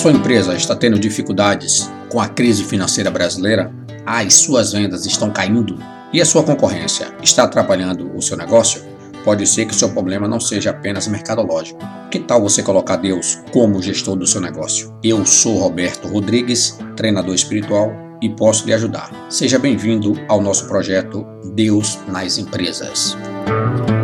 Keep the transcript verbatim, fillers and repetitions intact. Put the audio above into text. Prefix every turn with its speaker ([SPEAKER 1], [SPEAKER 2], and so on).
[SPEAKER 1] sua empresa está tendo dificuldades com a crise financeira brasileira? As suas vendas estão caindo? E a sua concorrência está atrapalhando o seu negócio? Pode ser que o seu problema não seja apenas mercadológico. Que tal você colocar Deus como gestor do seu negócio? Eu sou Roberto Rodrigues, treinador espiritual, e posso lhe ajudar. Seja bem-vindo ao nosso projeto Deus nas Empresas.